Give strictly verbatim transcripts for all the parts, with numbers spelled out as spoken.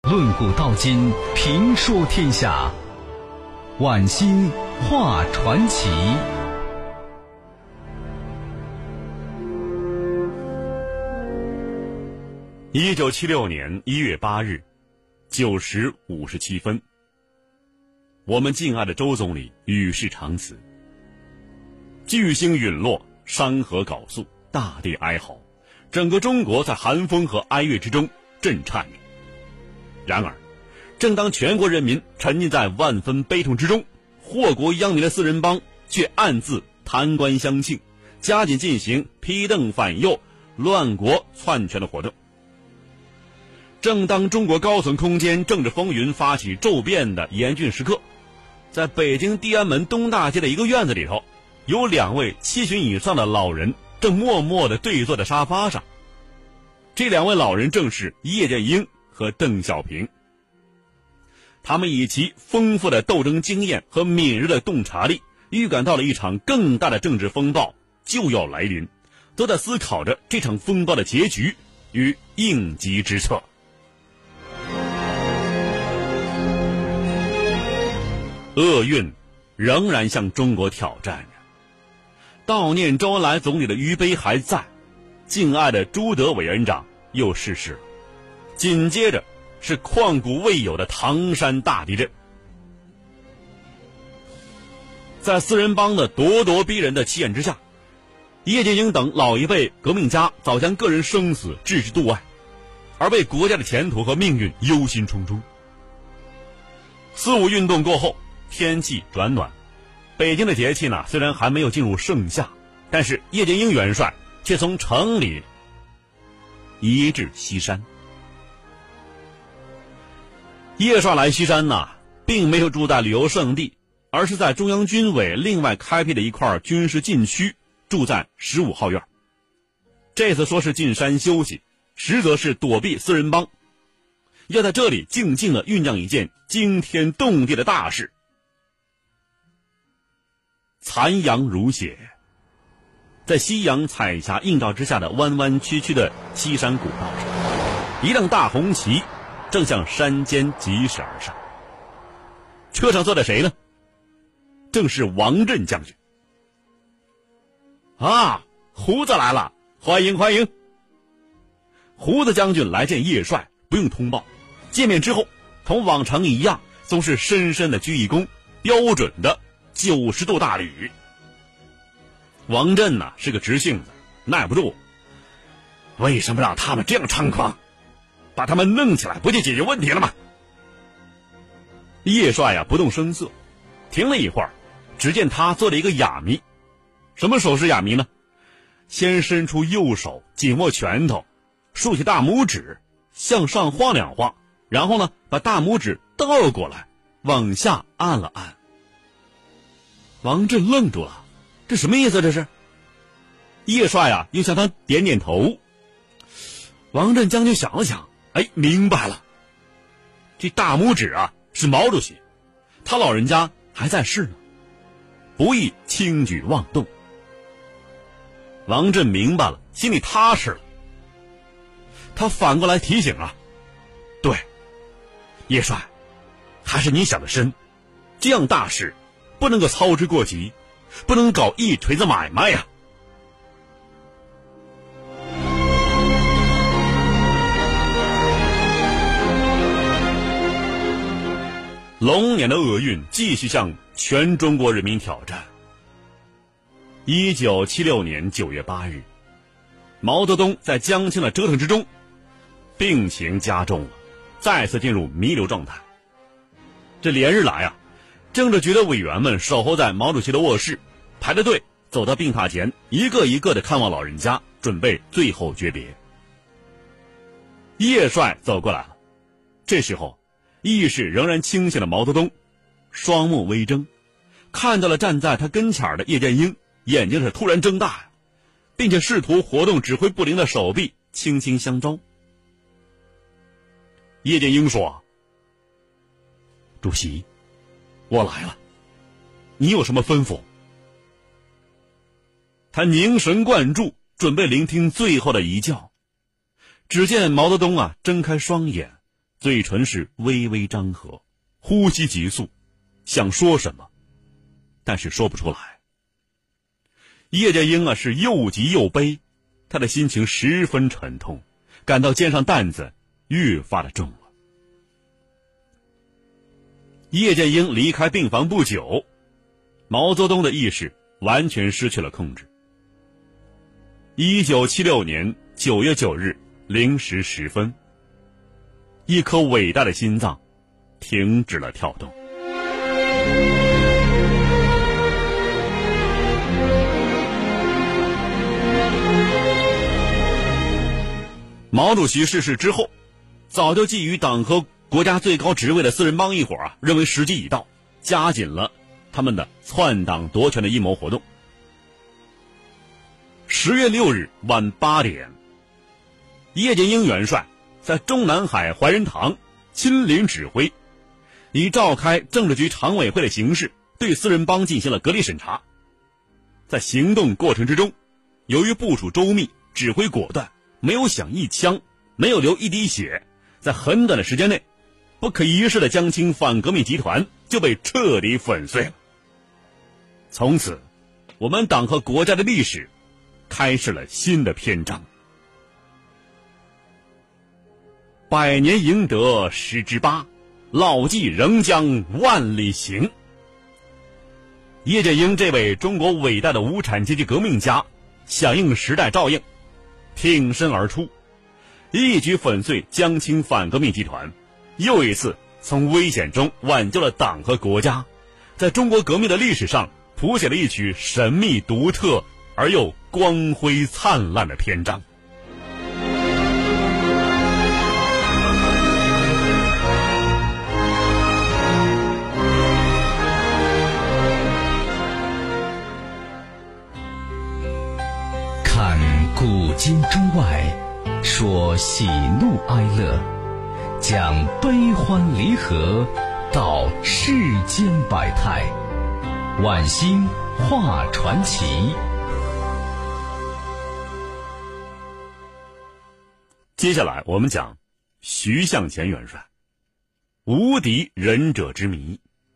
论古道今，评说天下。晚星画传奇。 一九七六年一月八日，九时五十七分，我们敬爱的周总理与世长辞。巨星陨落，山河缟素，大地哀嚎，整个中国在寒风和哀乐之中震颤着。然而，正当全国人民沉浸在万分悲痛之中，祸国殃民的四人帮却暗自贪官相庆，加紧进行批邓反右、乱国篡权的活动。正当中国高层空间政治风云发起骤变的严峻时刻，在北京地安门东大街的一个院子里头，有两位七旬以上的老人正默默地对坐在沙发上。这两位老人正是叶剑英和邓小平。他们以其丰富的斗争经验和敏锐的洞察力，预感到了一场更大的政治风暴就要来临，都在思考着这场风暴的结局与应急之策。厄运仍然向中国挑战着。悼念周恩来总理的余碑还在，敬爱的朱德委员长又逝世了。紧接着是旷古未有的唐山大地震。在四人帮的咄咄逼人的气焰之下，叶剑英等老一辈革命家早将个人生死置之度外，而为国家的前途和命运忧心忡忡。四五运动过后，天气转暖，北京的节气呢虽然还没有进入盛夏，但是叶剑英元帅却从城里移至西山。叶帅来西山呢，并没有住在旅游胜地，而是在中央军委另外开辟的一块军事禁区，住在十五号院。这次说是进山休息，实则是躲避四人帮，要在这里静静地酝酿一件惊天动地的大事。残阳如血，在夕阳彩霞映照之下的弯弯曲曲的西山古道上，一辆大红旗正向山间疾驶而上。车上坐的谁呢？正是王震将军。啊，胡子来了，欢迎欢迎。胡子将军来见叶帅，不用通报，见面之后同往常一样，总是深深的鞠一躬，标准的九十度大礼。王震呐、啊、是个直性子，耐不住，为什么让他们这样猖狂？把他们弄起来不就解决问题了吗？叶帅呀、啊、不动声色，停了一会儿，只见他做了一个哑谜。什么手势哑谜呢？先伸出右手紧握拳头，竖起大拇指向上晃两晃，然后呢把大拇指倒过来往下按了按。王震愣住了，这什么意思这是？叶帅啊又向他点点头。王震将军想了想，哎，明白了，这大拇指啊是毛主席，他老人家还在世呢，不宜轻举妄动。王震明白了，心里踏实了。他反过来提醒啊，对，叶帅，还是你想的深，这样大事不能够操之过急，不能搞一锤子买卖呀、啊。龙年的厄运继续向全中国人民挑战。一九七六年九月八日，毛泽东在江青的折腾之中，病情加重了，再次进入弥留状态。这连日来啊，政治局的委员们守候在毛主席的卧室，排着队走到病榻前，一个一个的看望老人家，准备最后诀别。叶帅走过来了，这时候意识仍然清醒的毛泽东双目微睁，看到了站在他跟前的叶剑英，眼睛是突然睁大，并且试图活动指挥不灵的手臂，轻轻相招。叶剑英说：主席，我来了，你有什么吩咐？他凝神灌注，准备聆听最后的一教。只见毛泽东啊睁开双眼， 嘴唇是微微张合，呼吸急速，想说什么，但是说不出来。叶剑英啊是又急又悲，他的心情十分沉痛，感到肩上担子越发的重了。叶剑英离开病房不久，毛泽东的意识完全失去了控制。一九七六年九月九日零时十分，一颗伟大的心脏停止了跳动。毛主席逝世之后，早就觊觎党和国家最高职位的四人帮一伙啊，认为时机已到，加紧了他们的篡党夺权的阴谋活动。十月六日晚八点，叶剑英元帅在中南海怀仁堂亲临指挥，以召开政治局常委会的形式对四人帮进行了隔离审查。在行动过程之中，由于部署周密，指挥果断，没有响一枪，没有流一滴血，在很短的时间内，不可一世的江青反革命集团就被彻底粉碎了。从此，我们党和国家的历史开始了新的篇章。百年赢得十之八，老骥仍将万里行。叶剑英这位中国伟大的无产阶级革命家，响应时代照应，挺身而出，一举粉碎江青反革命集团，又一次从危险中挽救了党和国家，在中国革命的历史上谱写了一曲神秘独特而又光辉灿烂的篇章。 看古今中外，说喜怒哀乐，讲悲欢离合，道世间百态，晚星话传奇。 接下来我们讲徐向前元帅，无敌忍者之谜。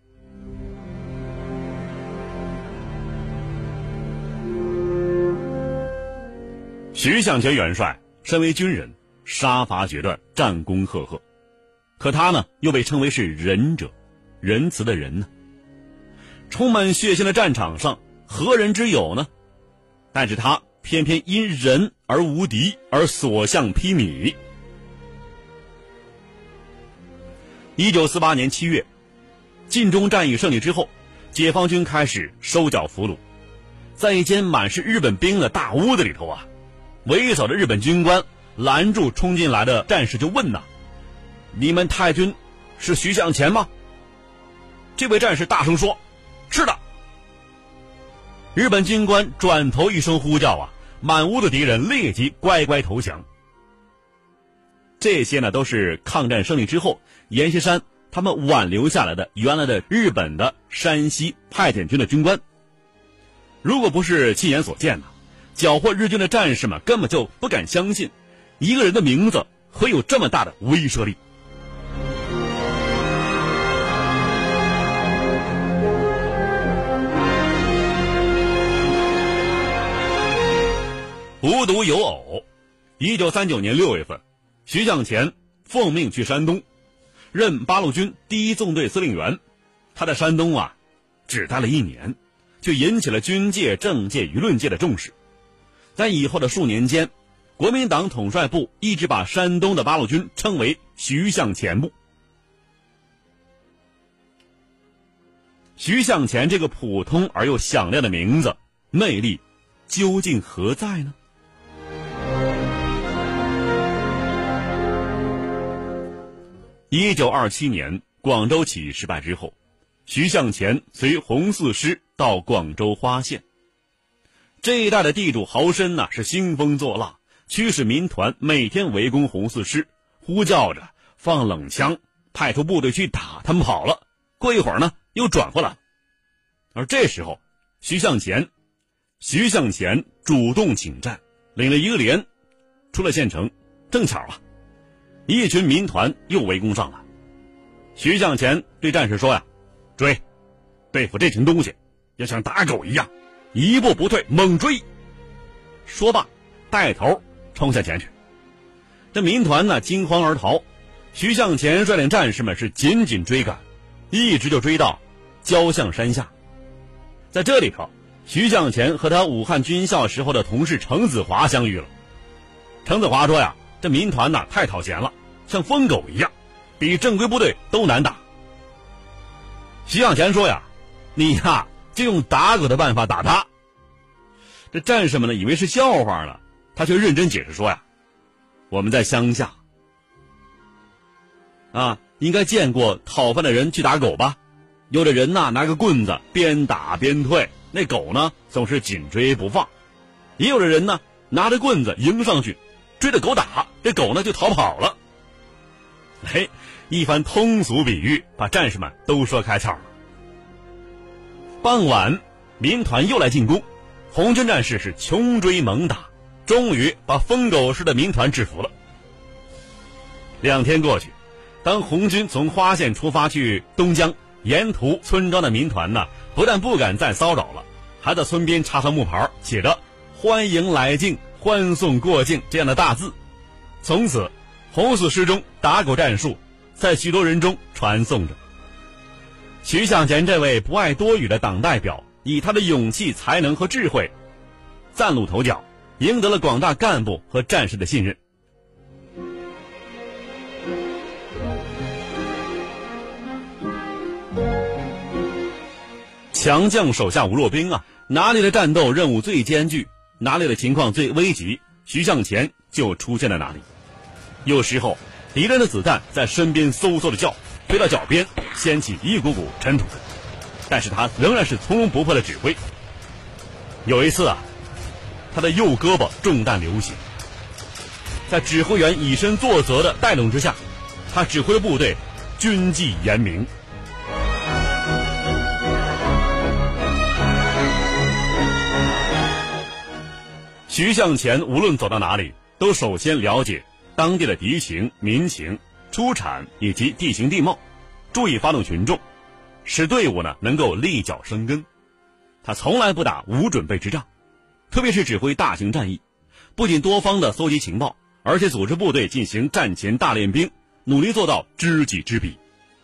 徐向前元帅身为军人，杀伐决断，战功赫赫，可他呢又被称为是仁者，仁慈的仁呢。充满血腥的战场上，何人之有呢？但是他偏偏因仁而无敌，而所向披靡。一九四八年七月，晋中战役胜利之后，解放军开始收缴俘虏。在一间满是日本兵的大屋子里头啊，为首的日本军官拦住冲进来的战士就问呐：“你们太君是徐向前吗？”这位战士大声说：“是的。”日本军官转头一声呼叫啊，满屋的敌人立即乖乖投降。这些呢都是抗战胜利之后阎锡山他们挽留下来的原来的日本的山西派遣军的军官。如果不是亲眼所见呢，缴获日军的战士们根本就不敢相信一个人的名字会有这么大的威慑力。无独有偶，一九三九年六月份，徐向前奉命去山东，任八路军第一纵队司令员。他在山东啊，只待了一年，却引起了军界、政界、舆论界的重视。在以后的数年间，国民党统帅部一直把山东的八路军称为徐向前部。徐向前这个普通而又响亮的名字，魅力究竟何在呢？一九二七年广州起义失败之后，徐向前随红四师到广州花县。这一带的地主豪绅呢、啊、是兴风作浪，驱使民团每天围攻红四师，呼叫着放冷枪，派出部队去打，他们跑了，过一会儿呢又转回来。而这时候徐向前徐向前主动请战，领了一个连出了县城。正巧啊， 一群民团又围攻上来。徐向前对战士说呀：“追，对付这群东西，要像打狗一样，一步不退，猛追。”说罢，带头冲向前去。这民团呢惊慌而逃，徐向前率领战士们是紧紧追赶，一直就追到焦巷山下。在这里头，徐向前和他武汉军校时候的同事程子华相遇了。程子华说呀：“这民团呐太讨嫌了，像疯狗一样，比正规部队都难打。”徐向前说呀：“你呀就用打狗的办法打他。”这战士们呢以为是笑话了，他却认真解释说呀：“我们在乡下啊，应该见过讨饭的人去打狗吧？有的人呐拿个棍子边打边退，那狗呢总是紧追不放；也有的人呢拿着棍子迎上去，追着狗打，这狗呢就逃跑了。”嘿，一番通俗比喻把战士们都说开窍了。傍晚，民团又来进攻，红军战士是穷追猛打，终于把疯狗式的民团制服了。两天过去，当红军从花县出发去东江，沿途村庄的民团呢，不但不敢再骚扰了，还在村边插上木牌，写着“欢迎来境，欢送过境”这样的大字。从此，红四师中打狗战术在许多人中传颂着。徐向前这位不爱多语的党代表，以他的勇气、才能和智慧崭露头角，赢得了广大干部和战士的信任。强将手下无弱兵啊，哪里的战斗任务最艰巨，哪里的情况最危急，徐向前就出现在哪里。有时候敌人的子弹在身边嗖嗖的叫，飞到脚边掀起一股股尘土，但是他仍然是从容不迫的指挥。有一次啊，他的右胳膊中弹流血，在指挥员以身作则的带动之下，他指挥部队军纪严明。徐向前无论走到哪里，都首先了解当地的敌情、民情、出产以及地形地貌，注意发动群众，使队伍呢能够立脚生根。他从来不打无准备之仗，特别是指挥大型战役，不仅多方的搜集情报，而且组织部队进行战前大练兵，努力做到知己知彼。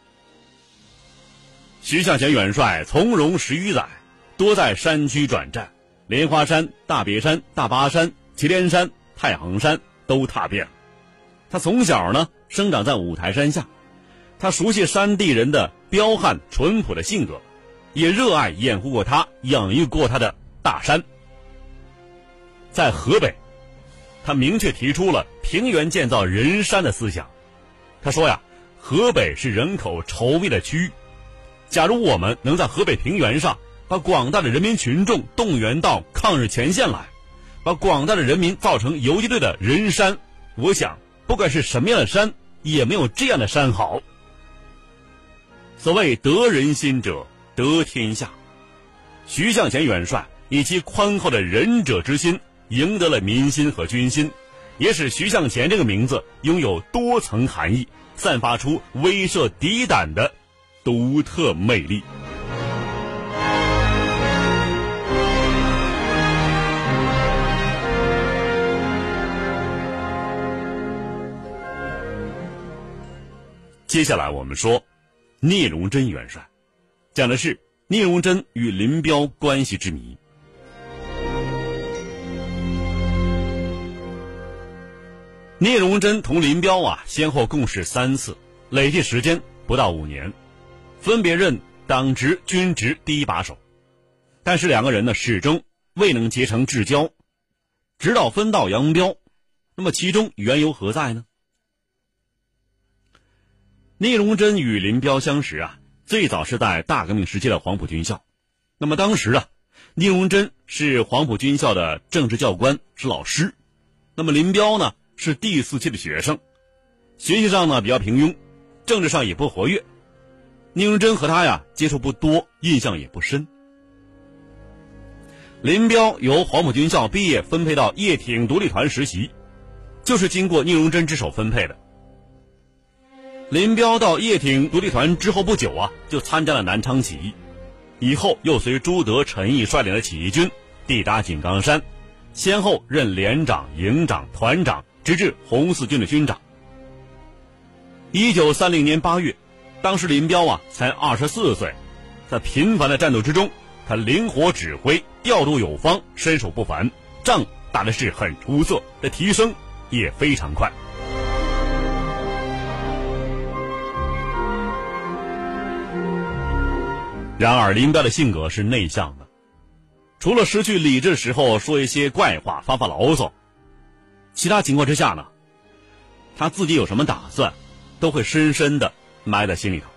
徐向前元帅从容十余载，多在山区转战，莲花山、大别山、大巴山、祁连山、太行山都踏遍了。他从小呢生长在五台山下，他熟悉山地人的彪悍淳朴的性格，也热爱掩护过他、养育过他的大山。在河北，他明确提出了平原建造人山的思想。他说呀，河北是人口稠密的区域，假如我们能在河北平原上把广大的人民群众动员到抗日前线来，把广大的人民造成游击队的人山，我想不管是什么样的山，也没有这样的山好。所谓得人心者得天下，徐向前元帅以其宽厚的仁者之心赢得了民心和军心，也使徐向前这个名字拥有多层含义，散发出威慑敌胆的独特魅力。接下来我们说聂荣臻元帅，讲的是聂荣臻与林彪关系之谜。聂荣臻同林彪啊，先后共事三次，累计时间不到五年，分别任党职、军职第一把手。但是两个人呢，始终未能结成至交，直到分道扬镳。那么其中缘由何在呢？聂荣臻与林彪相识啊，最早是在大革命时期的黄埔军校。那么当时啊，聂荣臻是黄埔军校的政治教官，是老师。那么林彪呢，是第四期的学生，学习上呢比较平庸，政治上也不活跃。聂荣臻和他呀接触不多，印象也不深。林彪由黄埔军校毕业，分配到叶挺独立团实习，就是经过聂荣臻之手分配的。 林彪到叶挺独立团之后不久啊，就参加了南昌起义，以后又随朱德、陈毅率领的起义军抵达井冈山，先后任连长、营长、团长，直至红四军的军长。一九三零年八月，当时林彪啊才二十四岁，在频繁的战斗之中，他灵活指挥，调度有方，身手不凡，仗打的是很出色，这提升也非常快。然而林彪的性格是内向的，除了失去理智的时候说一些怪话发发牢骚，其他情况之下呢，他自己有什么打算都会深深的埋在心里头。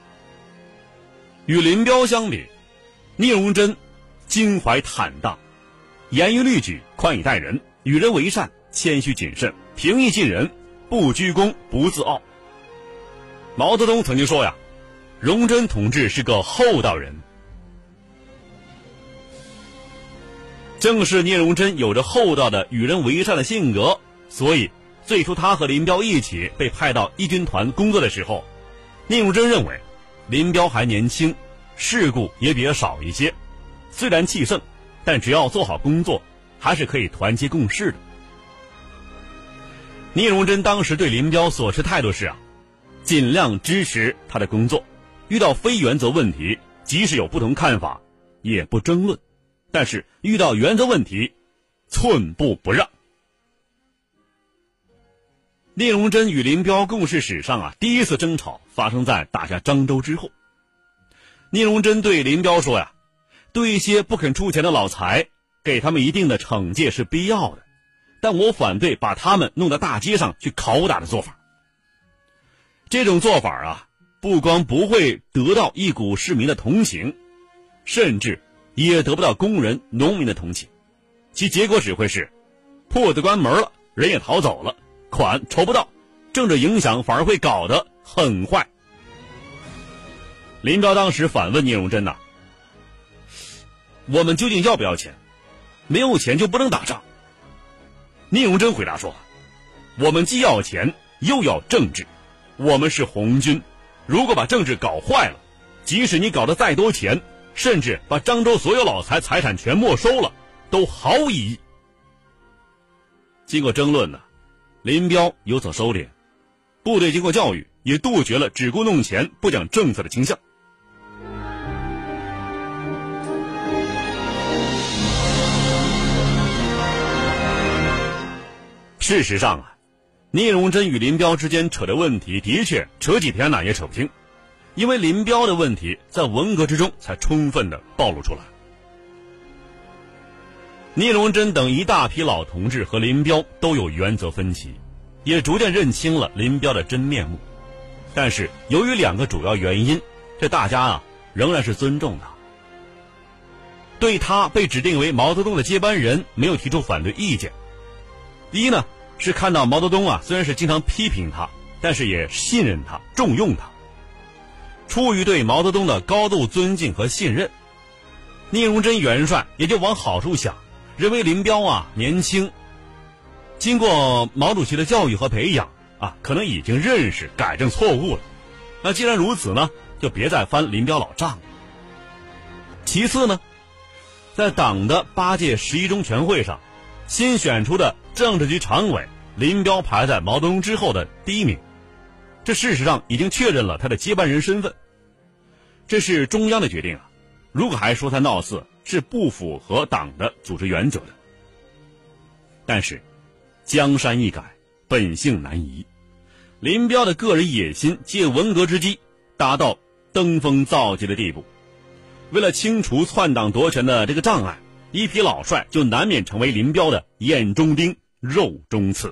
与林彪相比，聂荣臻襟怀坦荡，严于律己，宽以待人，与人为善，谦虚谨慎，平易近人，不居功不自傲。毛泽东曾经说呀，荣臻同志是个厚道人。正是聂荣臻有着厚道的与人为善的性格，所以最初他和林彪一起被派到一军团工作的时候，聂荣臻认为林彪还年轻，事故也比较少一些，虽然气盛，但只要做好工作，还是可以团结共事的。聂荣臻当时对林彪所持态度是啊，尽量支持他的工作，遇到非原则问题，即使有不同看法，也不争论，但是遇到原则问题，寸步不让。聂荣臻与林彪共事史上啊，第一次争吵发生在打下漳州之后。聂荣臻对林彪说呀，对一些不肯出钱的老财，给他们一定的惩戒是必要的，但我反对把他们弄到大街上去拷打的做法。这种做法啊，不光不会得到一股市民的同情，甚至也得不到工人、农民的同情，其结果只会是铺子关门了，人也逃走了，款筹不到，政治影响反而会搞得很坏。林彪当时反问聂荣臻呐、啊，我们究竟要不要钱？没有钱就不能打仗。聂荣臻回答说，我们既要钱又要政治，我们是红军，如果把政治搞坏了，即使你搞得再多钱，甚至把漳州所有老财财产全没收了，都毫无意义。经过争论呢，林彪有所收敛，部队经过教育，也杜绝了只顾弄钱不讲政策的倾向。事实上啊，聂荣臻与林彪之间扯的问题的确扯几天呢也扯不清，因为林彪的问题在文革之中才充分的暴露出来。聂荣臻等一大批老同志和林彪都有原则分歧，也逐渐认清了林彪的真面目，但是由于两个主要原因，这大家啊仍然是尊重他，对他被指定为毛泽东的接班人没有提出反对意见。第一呢，是看到毛泽东啊虽然是经常批评他，但是也信任他，重用他。出于对毛泽东的高度尊敬和信任，聂荣臻元帅也就往好处想，认为林彪啊年轻，经过毛主席的教育和培养啊，可能已经认识改正错误了。那既然如此呢，就别再翻林彪老账了。其次呢，在党的八届十一中全会上，新选出的政治局常委林彪排在毛泽东之后的第一名，这事实上已经确认了他的接班人身份。这是中央的决定啊，如果还说他闹事，是不符合党的组织原则的。但是江山易改，本性难移，林彪的个人野心借文革之机达到登峰造极的地步。为了清除篡党夺权的这个障碍，一批老帅就难免成为林彪的眼中钉、肉中刺。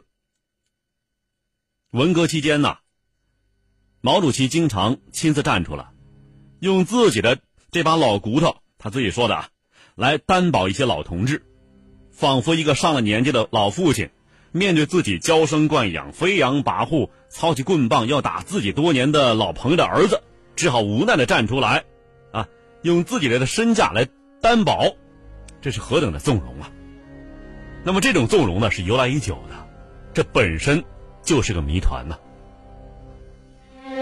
文革期间呢，毛主席经常亲自站出来，用自己的这把老骨头，他自己说的啊，来担保一些老同志，仿佛一个上了年纪的老父亲，面对自己娇生惯养、飞扬跋扈、操起棍棒要打自己多年的老朋友的儿子，只好无奈的站出来，啊，用自己的身价来担保，这是何等的纵容啊！那么这种纵容呢，是由来已久的，这本身就是个谜团呢、啊。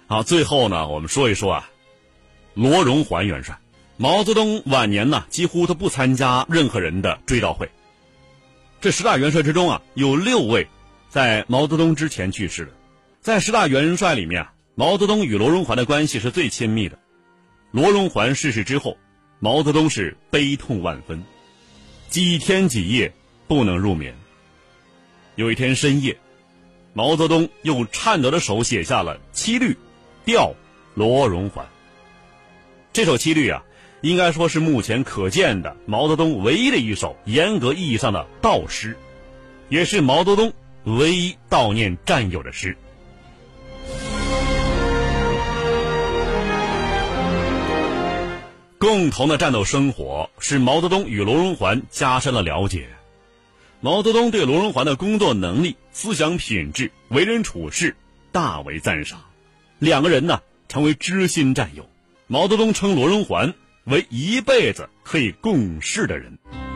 好，最后呢，我们说一说啊，罗荣桓元帅。毛泽东晚年呢，几乎他不参加任何人的追悼会。这十大元帅之中啊，有六位在毛泽东之前去世的。在十大元帅里面啊，毛泽东与罗荣桓的关系是最亲密的。罗荣桓逝世之后，毛泽东是悲痛万分，几天几夜不能入眠。有一天深夜，毛泽东用颤抖的手写下了七律吊罗荣桓。这首七律啊，应该说是目前可见的毛泽东唯一的一首严格意义上的悼诗，也是毛泽东唯一悼念战友的诗。共同的战斗生活使毛泽东与罗荣桓加深了了解。毛泽东对罗荣桓的工作能力、思想品质、为人处事大为赞赏，两个人呢成为知心战友。毛泽东称罗荣桓为一辈子可以共事的人。